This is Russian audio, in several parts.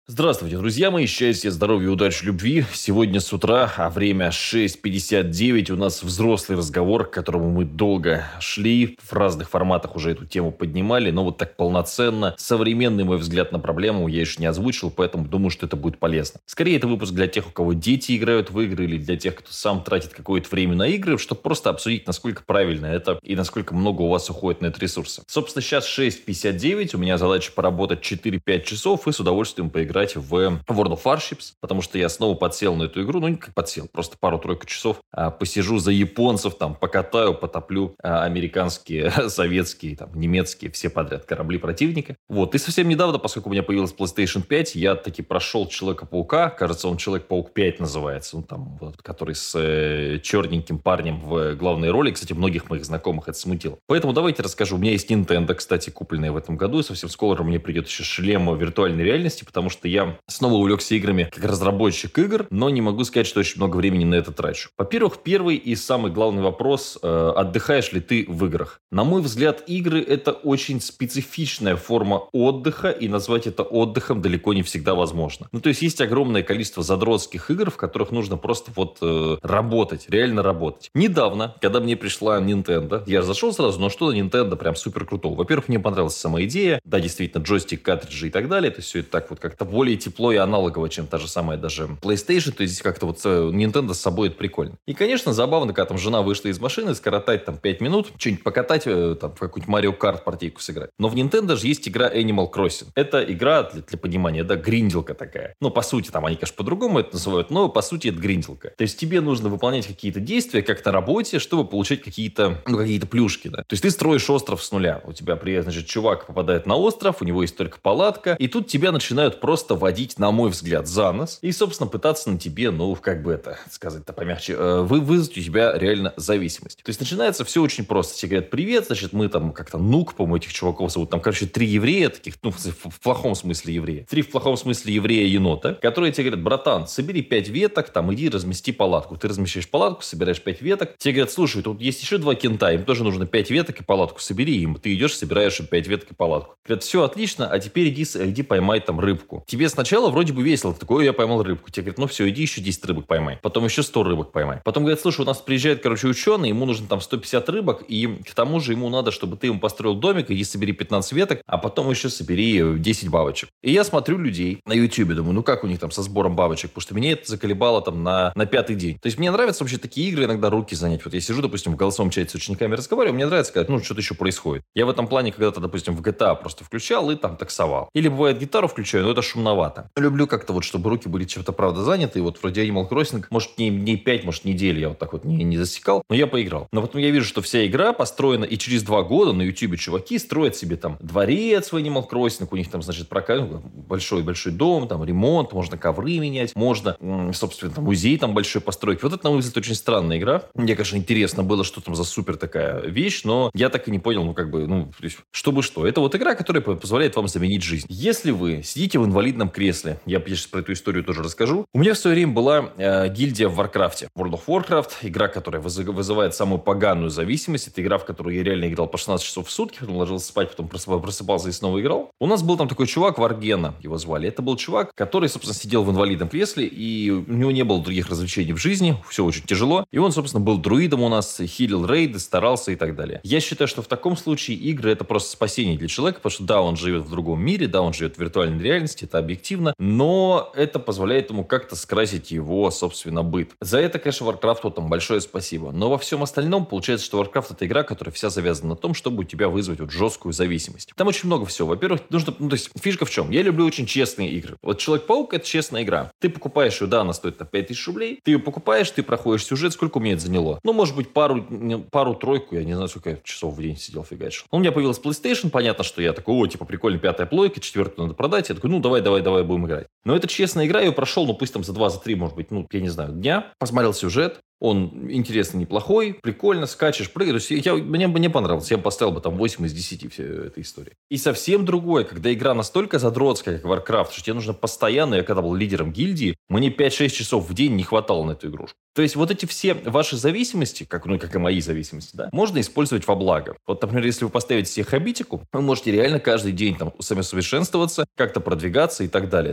Здравствуйте, друзья мои, счастья, здоровья, удачи, любви. Сегодня с утра, а время 6:59, у нас взрослый разговор, к которому мы долго шли, в разных форматах уже эту тему поднимали, но вот так полноценно, современный мой взгляд на проблему я еще не озвучил, поэтому думаю, что это будет полезно. Скорее, это выпуск для тех, у кого дети играют в игры, или для тех, кто сам тратит какое-то время на игры, чтобы просто обсудить, насколько правильно это и насколько много у вас уходит на это ресурса. Собственно, сейчас 6:59, у меня задача поработать 4-5 часов и с удовольствием поиграть в World of Warships, потому что я снова подсел на эту игру, ну не как подсел, просто пару-тройку часов посижу за японцев, там покатаю, потоплю американские, советские, там, немецкие, все подряд корабли противника. Вот, и совсем недавно, поскольку у меня появилась PlayStation 5, я таки прошел Человека-паука, кажется, он Человек-паук 5 называется, он там, вот, который с черненьким парнем в главной роли, кстати, многих моих знакомых это смутило. Поэтому давайте расскажу, у меня есть Nintendo, кстати, купленная в этом году, и совсем скоро мне придет еще шлем виртуальной реальности, потому что я снова увлекся играми как разработчик игр, но не могу сказать, что очень много времени на это трачу. Во-первых, первый и самый главный вопрос, отдыхаешь ли ты в играх? На мой взгляд, игры это очень специфичная форма отдыха, и назвать это отдыхом далеко не всегда возможно. Ну, то есть огромное количество задротских игр, в которых нужно просто вот работать, реально работать. Недавно, когда мне пришла Nintendo, я зашел сразу, но что на Nintendo прям супер крутого. Во-первых, мне понравилась сама идея, да, действительно, джойстик, картриджи и так далее, то есть все это так вот как-то более тепло и аналогово, чем та же самая даже PlayStation, то есть здесь как-то вот Nintendo с собой это прикольно. И, конечно, забавно, когда там жена вышла из машины, скоротать там 5 минут, что-нибудь покатать, там, в какую-нибудь Mario Kart партийку сыграть. Но в Nintendo же есть игра Animal Crossing. Это игра, для понимания, да, гринделка такая. Ну, по сути, там они, конечно, по-другому это называют, но, по сути, это гринделка. То есть тебе нужно выполнять какие-то действия, как на работе, чтобы получать какие-то плюшки, да. То есть ты строишь остров с нуля. У тебя, значит, чувак попадает на остров, у него есть только палатка, и тут тебя начинают просто водить, на мой взгляд, за нос, и, собственно, пытаться на тебе, ну, как бы это сказать-то помягче, вызвать у тебя реально зависимость. То есть начинается все очень просто. Все говорят, привет, значит, мы там как-то нук, по-моему, этих чуваков зовут, там, короче, 3 еврея таких, ну, в плохом смысле еврея. 3 в плохом смысле еврея-енота, которые тебе говорят, братан, собери 5 веток, там, иди размести палатку. Ты размещаешь палатку, собираешь 5 веток. Тебе говорят, слушай, тут есть еще 2 кента, им тоже нужно 5 веток и палатку собери, им ты идешь, собираешь им 5 веток и палатку. Говорят, все отлично, а теперь иди поймай там рыбку. Тебе сначала вроде бы весело, ты такой, я поймал рыбку. Тебе говорят, ну все, иди еще 10 рыбок поймай. Потом еще 100 рыбок поймай. Потом говорят, слушай, у нас приезжает, ученый, ему нужно там 150 рыбок, и к тому же ему надо, чтобы ты ему построил домик, иди собери 15 веток, а потом еще собери 10 бабочек. И я смотрю людей на YouTube, думаю, ну как у них там со сбором бабочек, потому что меня это заколебало там на 5-й день. То есть мне нравятся вообще такие игры, иногда руки занять. Вот я сижу, допустим, в голосовом чате с учениками разговариваю, мне нравится сказать, ну что-то еще происходит. Я в этом плане когда-то, допустим, в GTA просто включал и там таксовал. Или бывает гитару включаю, но это шумновато. Люблю как-то вот, чтобы руки были чем-то правда заняты. И вот вроде Animal Crossing, может, дней 5, может, неделю я вот так вот не засекал, но я поиграл. Но потом я вижу, что вся игра построена, и через 2 года на YouTube чуваки строят себе там дворец в Animal Crossing, у них там, значит, большой-большой дом, там ремонт, можно ковры менять, можно, собственно, там музей там большой построить. Вот это, на мой взгляд, очень странная игра. Мне, конечно, интересно было, что там за супер такая вещь, но я так и не понял, то есть, чтобы что. Это вот игра, которая позволяет вам заменить жизнь. Если вы сидите в инвалидном кресле, я сейчас про эту историю тоже расскажу. У меня в свое время была гильдия в Warcraft. World of Warcraft, игра, которая вызывает самую поганую зависимость. Это игра, в которую я реально играл по 16 часов в сутки, потом ложился спать, потом просыпался и снова играл. У нас был там такой чувак, Варгена его звали. Это был чувак, который, собственно, сидел в инвалидном кресле, и у него не было других развлечений в жизни, все очень тяжело. И он, собственно, был друидом у нас, хилил рейды, старался и так далее. Я считаю, что в таком случае игры это просто спасение для человека, потому что да, он живет в другом мире, да, он живет в виртуальной реальности, это объективно, но это позволяет ему как-то скрасить его, собственно, быт. За это, конечно, Warcraft'у там большое спасибо. Но во всем остальном получается, что Warcraft это игра, которая вся завязана на том, чтобы у тебя вызвать вот жесткую зависимость. Там очень много всего. Во-первых, нужно, то есть фишка в чем? Я люблю очень честные игры. Вот Человек-паук это честная игра. Ты покупаешь ее, да, она стоит на 5000 рублей. Ты ее покупаешь, ты проходишь сюжет, сколько у меня это заняло? Ну, может быть, пару-тройку, я не знаю, сколько я часов в день сидел, фигачил. У меня появилась PlayStation, понятно, что я такой, прикольно, 5-я плойка, 4-ю надо продать. Я такой, давай, будем играть. Но это честная игра, я ее прошел, пусть там за 2-3, может быть, я не знаю, дня. Посмотрел сюжет. Он интересный, неплохой, прикольно, скачешь, прыгаешь. Мне понравилось. Я поставил бы там 8 из 10 всей этой истории. И совсем другое, когда игра настолько задротская, как Warcraft, что тебе нужно постоянно, я когда был лидером гильдии, мне 5-6 часов в день не хватало на эту игрушку. То есть вот эти все ваши зависимости, как и мои зависимости, да, можно использовать во благо. Вот, например, если вы поставите себе хабитику, вы можете реально каждый день там самосовершенствоваться, как-то продвигаться и так далее. Да, они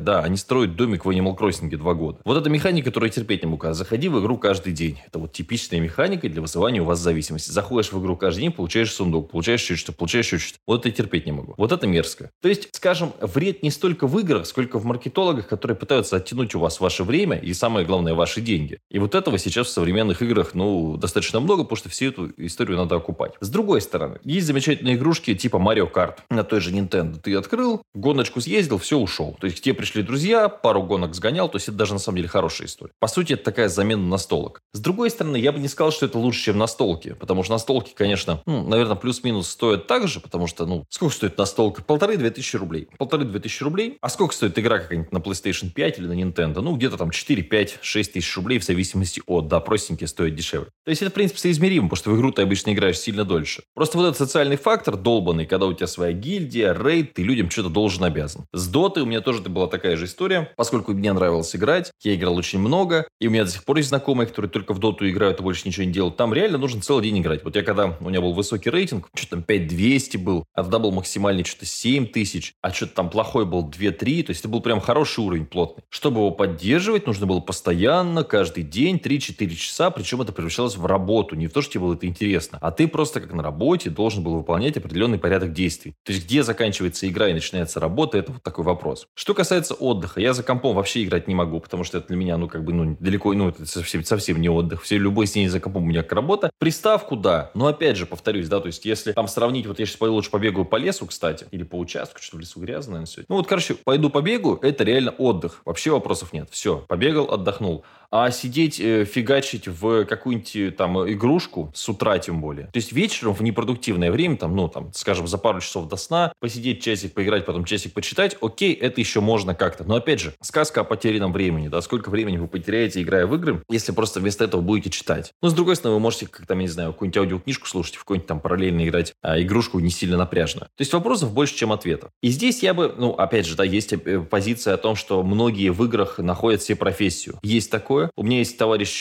строить домик в Animal Crossing 2 года. Вот эта механика, которую я терпеть не могу. Заходи в игру каждый день. Это вот типичная механика для вызывания у вас зависимости. Заходишь в игру каждый день, получаешь сундук, получаешь еще что-то, получаешь еще что-то. Вот это я терпеть не могу. Вот это мерзко. То есть, скажем, вред не столько в играх, сколько в маркетологах, которые пытаются оттянуть у вас ваше время и, самое главное, ваши деньги. И вот этого сейчас в современных играх, достаточно много, потому что всю эту историю надо окупать. С другой стороны, есть замечательные игрушки типа Mario Kart на той же Nintendo. Ты открыл, гоночку съездил, все, ушел. То есть, к тебе пришли друзья, пару гонок сгонял, то есть, это даже на самом деле хорошая история. По сути, это такая замена настолок. С другой стороны, я бы не сказал, что это лучше, чем настолки, потому что настолки, конечно, наверное, плюс-минус стоят так же, потому что, сколько стоит настолка? 1500-2000 рублей. 1500-2000 рублей. А сколько стоит игра какая-нибудь на PlayStation 5 или на Nintendo? Где-то там 4, 5, 6 тысяч рублей в зависимости от, да, простенькие стоят дешевле. То есть это, в принципе, соизмеримо, потому что в игру ты обычно играешь сильно дольше. Просто вот этот социальный фактор долбанный, когда у тебя своя гильдия, рейд, ты людям что-то должен, обязан. С Дотой у меня тоже была такая же история, поскольку мне нравилось играть, я играл очень много, и у меня до сих пор есть знакомые, которые только в Доту играют и больше ничего не делают. Там реально нужно целый день играть. Вот когда у меня был высокий рейтинг, что-то там 5200 был, а тогда был максимальный что-то 7000, а что-то там плохой был 2-3, то есть это был прям хороший уровень, плотный. Чтобы его поддерживать, нужно было постоянно, каждый день, 3-4 часа, причем это превращалось в работу, не в то, что тебе было это интересно, а ты просто как на работе должен был выполнять определенный порядок действий. То есть где заканчивается игра и начинается работа, это вот такой вопрос. Что касается отдыха, я за компом вообще играть не могу, потому что это для меня, далеко, это совсем не отдых. Любой сидение за компом у меня как работа. Приставку, да, но опять же, повторюсь, да, то есть если там сравнить, вот я сейчас лучше побегаю по лесу, кстати, или по участку, что в лесу грязно, наверное, сегодня. Пойду побегу, это реально отдых. Вообще вопросов нет. Все, побегал, отдохнул. А сидеть, фигачить в какую-нибудь там игрушку с утра тем более. То есть вечером в непродуктивное время, скажем, за пару часов до сна, посидеть часик, поиграть, потом часик почитать, окей, это еще можно как-то. Но опять же, сказка о потерянном времени, да, сколько времени вы потеряете, играя в игры, если просто вместо этого будете читать. С другой стороны, вы можете, какую-нибудь аудиокнижку слушать, в какую-нибудь там параллельно играть, игрушку не сильно напряжно. То есть вопросов больше, чем ответов. И здесь я бы, опять же, да, есть позиция о том, что многие в играх находят себе профессию. Есть такое. У меня есть товарищ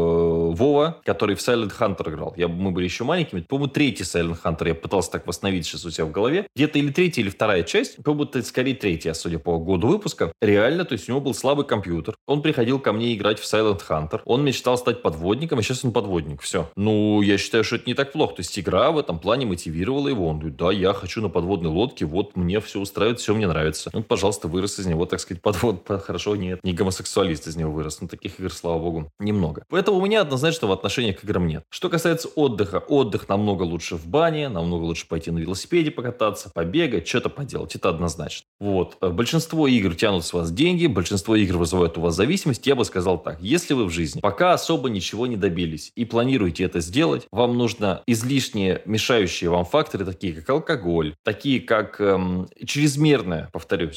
Вова, который в Silent Hunter играл. Мы были еще маленькими. По-моему, третий Silent Hunter. Я пытался так восстановить сейчас у себя в голове. Где-то или третья, или вторая часть. По-моему, это скорее третья, судя по году выпуска. Реально, то есть у него был слабый компьютер. Он приходил ко мне играть в Silent Hunter. Он мечтал стать подводником, а сейчас он подводник. Все. Я считаю, что это не так плохо. То есть игра в этом плане мотивировала его. Он говорит, да, я хочу на подводной лодке. Вот мне все устраивает, все мне нравится. Пожалуйста, вырос из него, так сказать, Хорошо, нет, не гомосексуалист из него вырос. Таких игр, слава богу, немного. Поэтому у меня однозначного отношения к играм нет. Что касается отдыха, отдых намного лучше в бане, намного лучше пойти на велосипеде покататься, побегать, что-то поделать. Это однозначно. Большинство игр тянут с вас деньги, большинство игр вызывают у вас зависимость. Я бы сказал так, если вы в жизни пока особо ничего не добились и планируете это сделать, вам нужно излишние мешающие вам факторы, такие как алкоголь, такие как чрезмерная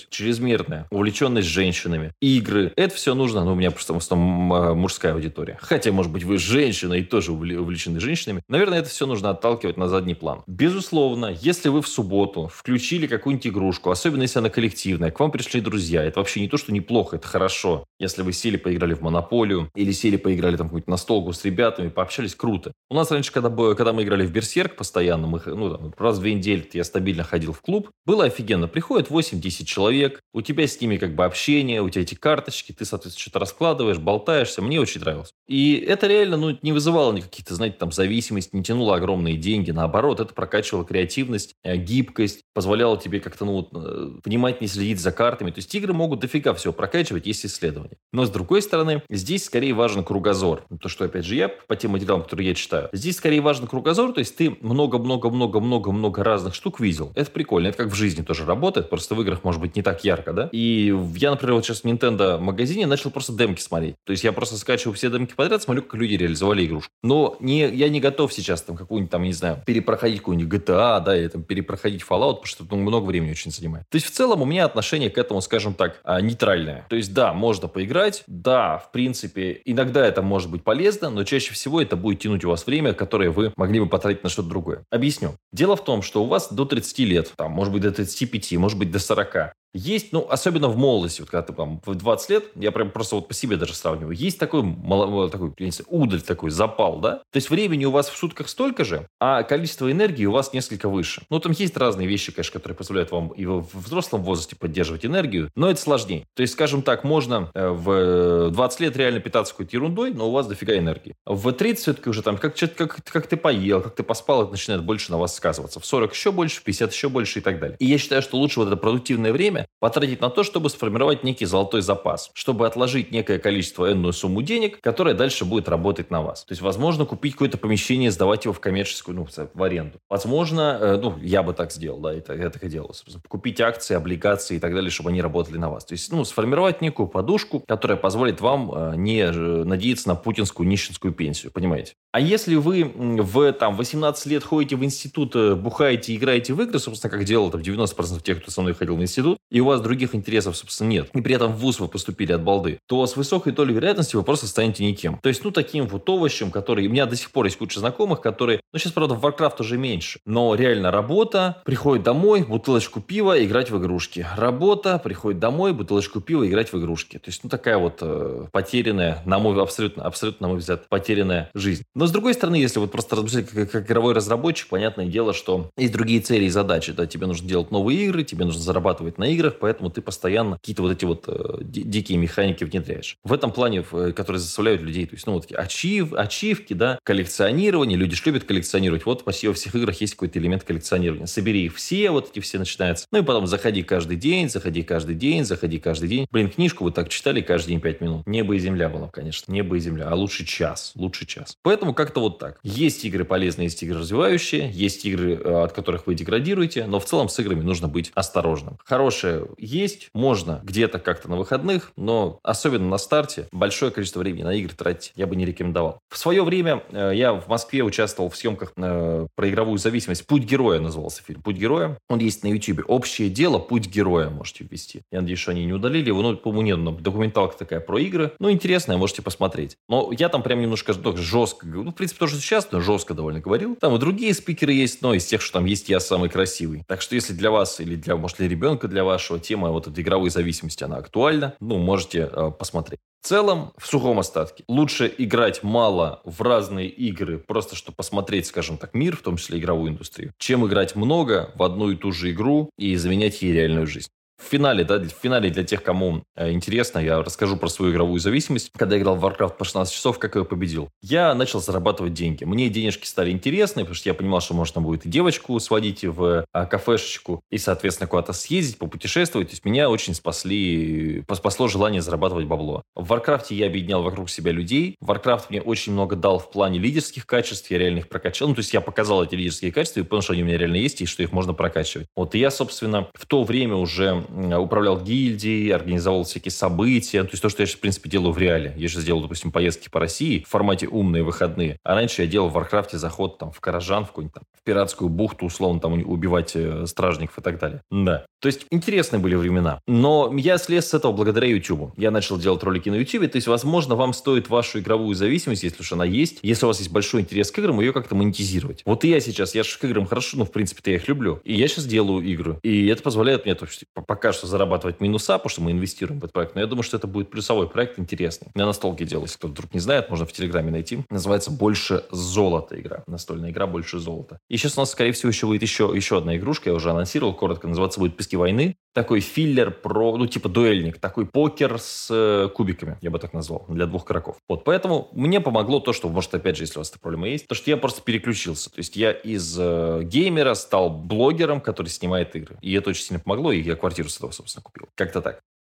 увлеченность женщинами, игры. Это все нужно, у меня просто в основном мужская аудитория. Хотя, может быть, вы женщина и тоже увлечены женщинами. Наверное, это все нужно отталкивать на задний план. Безусловно, если вы в субботу включили какую-нибудь игрушку, особенно если она коллективная, к вам пришли друзья, это вообще не то, что неплохо, это хорошо. Если вы сели, поиграли в Монополию, или сели, поиграли там какую-нибудь настолку с ребятами, пообщались, круто. У нас раньше, когда мы играли в Берсерк постоянно, раз в 2 недели я стабильно ходил в клуб, было офигенно. Приходит 8-10 человек, у тебя с ними общение, у тебя эти карточки, ты, соответственно, что-то раскладываешь, болтаешься. Мне очень нравилось. И это реально, не вызывало никаких, зависимости, не тянуло огромные деньги. Наоборот, это прокачивало креативность, гибкость, позволяло тебе как-то, внимательнее следить за картами. То есть игры могут дофига всего прокачивать, есть исследования. Но, с другой стороны, здесь скорее важен кругозор. То, что, опять же, я по тем материалам, которые я читаю. Здесь скорее важен кругозор, то есть ты много-много-много-много-много разных штук видел. Это прикольно. Это как в жизни тоже работает, просто в играх может быть не так ярко, да? И я, например, сейчас в Nintendo магазине начал просто демки смотреть. То есть я просто скачиваю все демки подряд, смотрю, как люди реализовали игрушку. Но я не готов сейчас перепроходить какую-нибудь GTA, да, или перепроходить Fallout, потому что много времени очень занимает. То есть в целом у меня отношение к этому, скажем так, нейтральное. То есть да, можно поиграть, да, в принципе, иногда это может быть полезно, но чаще всего это будет тянуть у вас время, которое вы могли бы потратить на что-то другое. Объясню. Дело в том, что у вас до 30 лет, может быть до 35, может быть до 40, Есть, ну, особенно в молодости, вот когда ты там в 20 лет, я прям просто вот по себе даже сравниваю, есть такой, такой, я не знаю, удаль такой, запал, да? То есть времени у вас в сутках столько же, а количество энергии у вас несколько выше. Ну, там есть разные вещи, конечно, которые позволяют вам и в взрослом возрасте поддерживать энергию, но это сложнее. То есть, скажем так, можно в 20 лет реально питаться какой-то ерундой, но у вас дофига энергии. В 30 все-таки уже там, как ты поел, как ты поспал, это начинает больше на вас сказываться. В 40 еще больше, в 50 еще больше и так далее. И я считаю, что лучше вот это продуктивное время потратить на то, чтобы сформировать некий золотой запас, чтобы отложить некое количество, энную сумму денег, которая дальше будет работать на вас. То есть, возможно, купить какое-то помещение, сдавать его в коммерческую, ну, в аренду. Возможно, ну, я бы так сделал, да, я так и делал. Собственно. Купить акции, облигации и так далее, чтобы они работали на вас. То есть, ну, сформировать некую подушку, которая позволит вам не надеяться на путинскую нищенскую пенсию, понимаете? А если вы в там, 18 лет ходите в институт, бухаете, играете в игры, собственно, как делал там 90% тех, кто со мной ходил в институт, и у вас других интересов, собственно, нет, и при этом в вуз вы поступили от балды, то с высокой долей вероятности вы просто станете никем. То есть, ну, таким вот овощем, который... У меня до сих пор есть куча знакомых, которые... Ну, сейчас, правда, в Warcraft уже меньше. Но реально работа, приходит домой, бутылочку пива, играть в игрушки. Работа, приходит домой, бутылочку пива, играть в игрушки. То есть, ну, такая вот потерянная, абсолютно, на мой взгляд, потерянная жизнь. Но, с другой стороны, если вот просто размышлять как игровой разработчик, понятное дело, что есть другие цели и задачи. Да? Тебе нужно делать новые игры, тебе нужно зарабатывать на играх, поэтому ты постоянно какие-то вот эти вот дикие механики внедряешь. В этом плане, которые заставляют людей, то есть, ну, вот такие ачивки, да, коллекционирование. Люди ж любят коллекционировать. Вот почти во всех играх есть какой-то элемент коллекционирования. Собери их все, вот эти все начинаются. Ну, и потом заходи каждый день. Блин, книжку вы так читали каждый день 5 минут. Небо и земля было, конечно. Небо и земля. А лучше час. Поэтому как-то вот так. Есть игры полезные, есть игры развивающие, есть игры, от которых вы деградируете, но в целом с играми нужно быть осторожным. Хорошее есть, можно где-то как-то на выходных, но особенно на старте большое количество времени на игры тратить я бы не рекомендовал. В свое время я в Москве участвовал в съемках про игровую зависимость. «Путь героя» назывался фильм. «Путь героя». Он есть на YouTube. «Общее дело. Путь героя» можете ввести. Я надеюсь, что они не удалили его. Ну, по-моему, нет, но документалка такая про игры. Ну, интересная, можете посмотреть. Но я там прям немножко жестко, ну, в принципе, тоже сейчас, но жестко довольно говорил. Там и другие спикеры есть, но из тех, что там есть, я самый красивый. Так что, если для вас или для, может, для ребенка, для вашего тема вот этой игровой зависимости, она актуальна, ну, можете посмотреть. В целом, в сухом остатке, лучше играть мало в разные игры, просто чтобы посмотреть, скажем так, мир, в том числе игровую индустрию, чем играть много в одну и ту же игру и заменять ей реальную жизнь. В финале для тех, кому интересно, я расскажу про свою игровую зависимость. Когда я играл в Warcraft по 16 часов, как я его победил? Я начал зарабатывать деньги. Мне денежки стали интересны, потому что я понимал, что можно будет и девочку сводить в кафешечку, и, соответственно, куда-то съездить, попутешествовать. То есть меня очень спасло желание зарабатывать бабло. В Warcraft я объединял вокруг себя людей. Warcraft мне очень много дал в плане лидерских качеств, я реально их прокачал. Ну, то есть я показал эти лидерские качества и понял, что они у меня реально есть, и что их можно прокачивать. Вот, и я, собственно, в то время уже управлял гильдией, организовал всякие события. То есть то, что я сейчас, в принципе, делаю в реале. Я сейчас делаю, допустим, поездки по России в формате умные выходные. А раньше я делал в Варкрафте заход там, в Каражан, в какую-нибудь там, в пиратскую бухту, условно, там убивать стражников и так далее. Да. То есть интересные были времена. Но я слез с этого благодаря YouTube. Я начал делать ролики на YouTube. То есть, возможно, вам стоит вашу игровую зависимость, если уж она есть, если у вас есть большой интерес к играм, ее как-то монетизировать. Вот и я сейчас, я же к играм хорошо, ну, в принципе-то я их люблю. И я сейчас делаю игры. И это позволяет мне, то есть, пока что зарабатывать минуса, потому что мы инвестируем в этот проект. Но я думаю, что это будет плюсовой проект, интересный. Я на столке делал, если кто-то вдруг не знает, можно в Телеграме найти. Называется «Больше золота» игра. Настольная игра «Больше золота». И сейчас у нас, скорее всего, еще будет еще одна игрушка. Я уже анонсировал коротко. Называться будет «Пески войны». Такой филлер про, ну, типа дуэльник. Такой покер с кубиками, я бы так назвал, для 2 игроков. Вот, поэтому мне помогло то, что, может, опять же, если у вас эта проблема есть, то, что я просто переключился. То есть я из геймера стал блогером, который снимает игры. И это очень сильно помогло, и я квартиру с этого, собственно, купил. Как-то так.